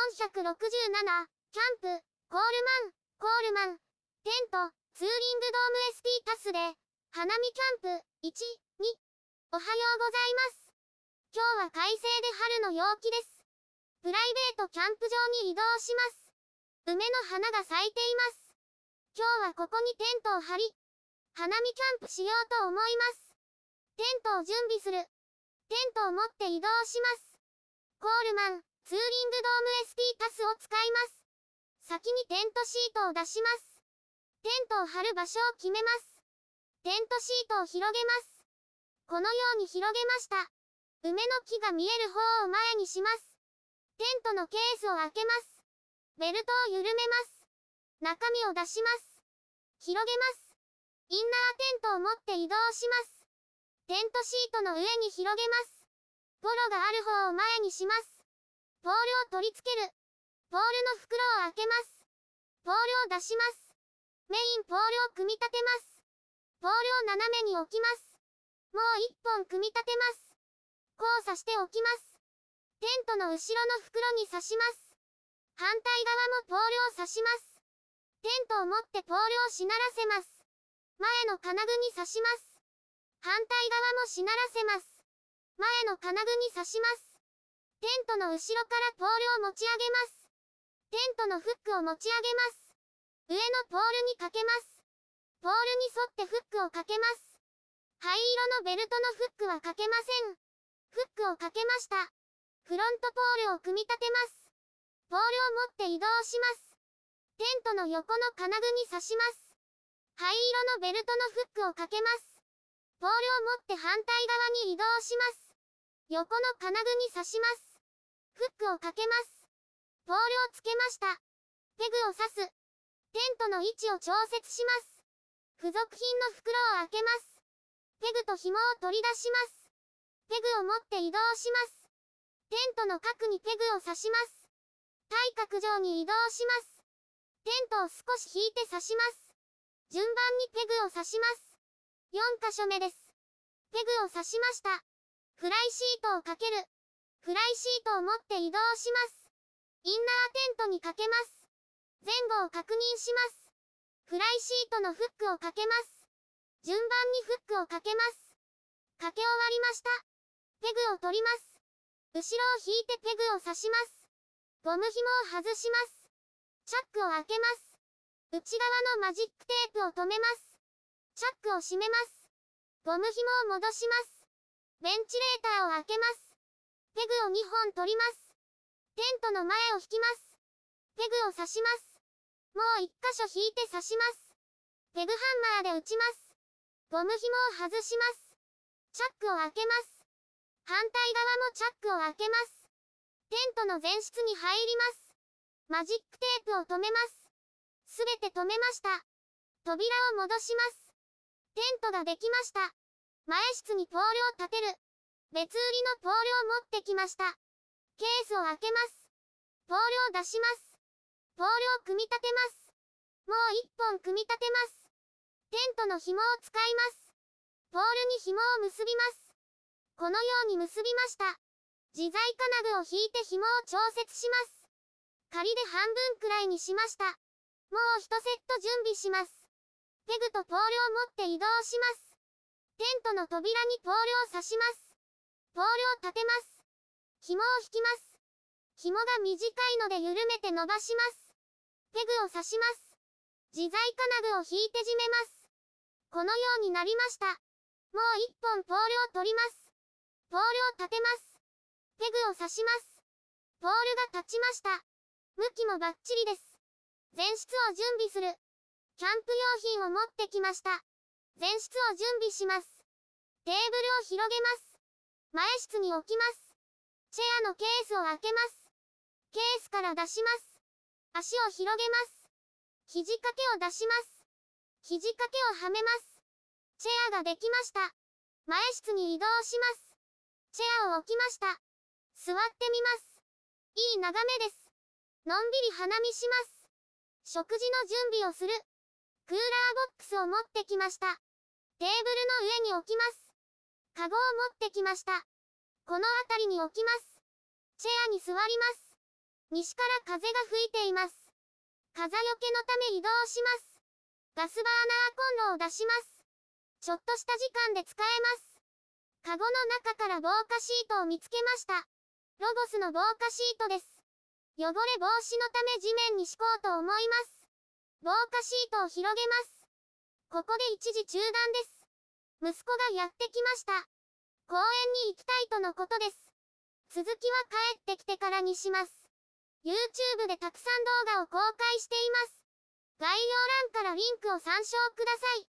467、キャンプ、コールマン、テント、ツーリングドーム ST タスで、花見キャンプ、1、2。おはようございます。今日は快晴で春の陽気です。プライベートキャンプ場に移動します。梅の花が咲いています。今日はここにテントを張り、花見キャンプしようと思います。テントを準備する。テントを持って移動します。コールマン、ツーリングドーム ST タスを使います。先にテントシートを出します。テントを張る場所を決めます。テントシートを広げます。このように広げました。梅の木が見える方を前にします。テントのケースを開けます。ベルトを緩めます。中身を出します。広げます。インナーテントを持って移動します。テントシートの上に広げます。ポロがある方を前にします。ポールを取り付ける。ポールの袋を開けます。ポールを出します。メインポールを組み立てます。ポールを斜めに置きます。もう一本組み立てます。交差しておきます。テントの後ろの袋に刺します。反対側もポールを刺します。テントを持ってポールをしならせます。前の金具に刺します。反対側もしならせます。前の金具に刺します。テントの後ろからポールを持ち上げます。テントのフックを持ち上げます。上のポールにかけます。ポールに沿ってフックをかけます。灰色のベルトのフックはかけません。フックをかけました。フロントポールを組み立てます。ポールを持って移動します。テントの横の金具に刺します。灰色のベルトのフックをかけます。ポールを持って反対側に移動します。横の金具に刺します。フックをかけます。ポールをつけました。ペグを刺す。テントの位置を調節します。付属品の袋を開けます。ペグと紐を取り出します。ペグを持って移動します。テントの角にペグを刺します。対角上に移動します。テントを少し引いて刺します。順番にペグを刺します。4箇所目です。ペグを刺しました。フライシートをかける。フライシートを持って移動します。インナーテントにかけます。前後を確認します。フライシートのフックをかけます。順番にフックをかけます。かけ終わりました。ペグを取ります。後ろを引いてペグを刺します。ゴム紐を外します。チャックを開けます。内側のマジックテープを留めます。チャックを閉めます。ゴム紐を戻します。ベンチレーターを開けます。ペグを2本取ります。テントの前を引きます。ペグを刺します。もう1箇所引いて刺します。ペグハンマーで打ちます。ゴム紐を外します。チャックを開けます。反対側もチャックを開けます。テントの前室に入ります。マジックテープを留めます。すべて留めました。扉を戻します。テントができました。前室にポールを立てる。別売りのポールを持ってきました。ケースを開けます。ポールを出します。ポールを組み立てます。もう一本組み立てます。テントの紐を使います。ポールに紐を結びます。このように結びました。自在金具を引いて紐を調節します。仮で半分くらいにしました。もう1セット準備します。ペグとポールを持って移動します。テントの扉にポールを刺します。ポールを立てます。紐を引きます。紐が短いので緩めて伸ばします。ペグを刺します。自在金具を引いて締めます。このようになりました。もう一本ポールを取ります。ポールを立てます。ペグを刺します。ポールが立ちました。向きもバッチリです。前室を準備する。キャンプ用品を持ってきました。前室を準備します。テーブルを広げます。前室に置きます。チェアのケースを開けます。ケースから出します。足を広げます。肘掛けを出します。肘掛けをはめます。チェアができました。前室に移動します。チェアを置きました。座ってみます。いい眺めです。のんびり花見します。食事の準備をする。クーラーボックスを持ってきました。テーブルの上に置きます。カゴを持ってきました。この辺りに置きます。チェアに座ります。 西から風が吹いています。風よけのため移動します。ガスバーナーコンロを出します。ちょっとした時間で使えます。カゴの中から防火シートを見つけました。ロゴスの防火シートです。汚れ防止のため地面に敷こうと思います。防火シートを広げます。ここで一時中断です。息子がやってきました。公園に行きたいとのことです。続きは帰ってきてからにします。YouTube でたくさん動画を公開しています。概要欄からリンクを参照ください。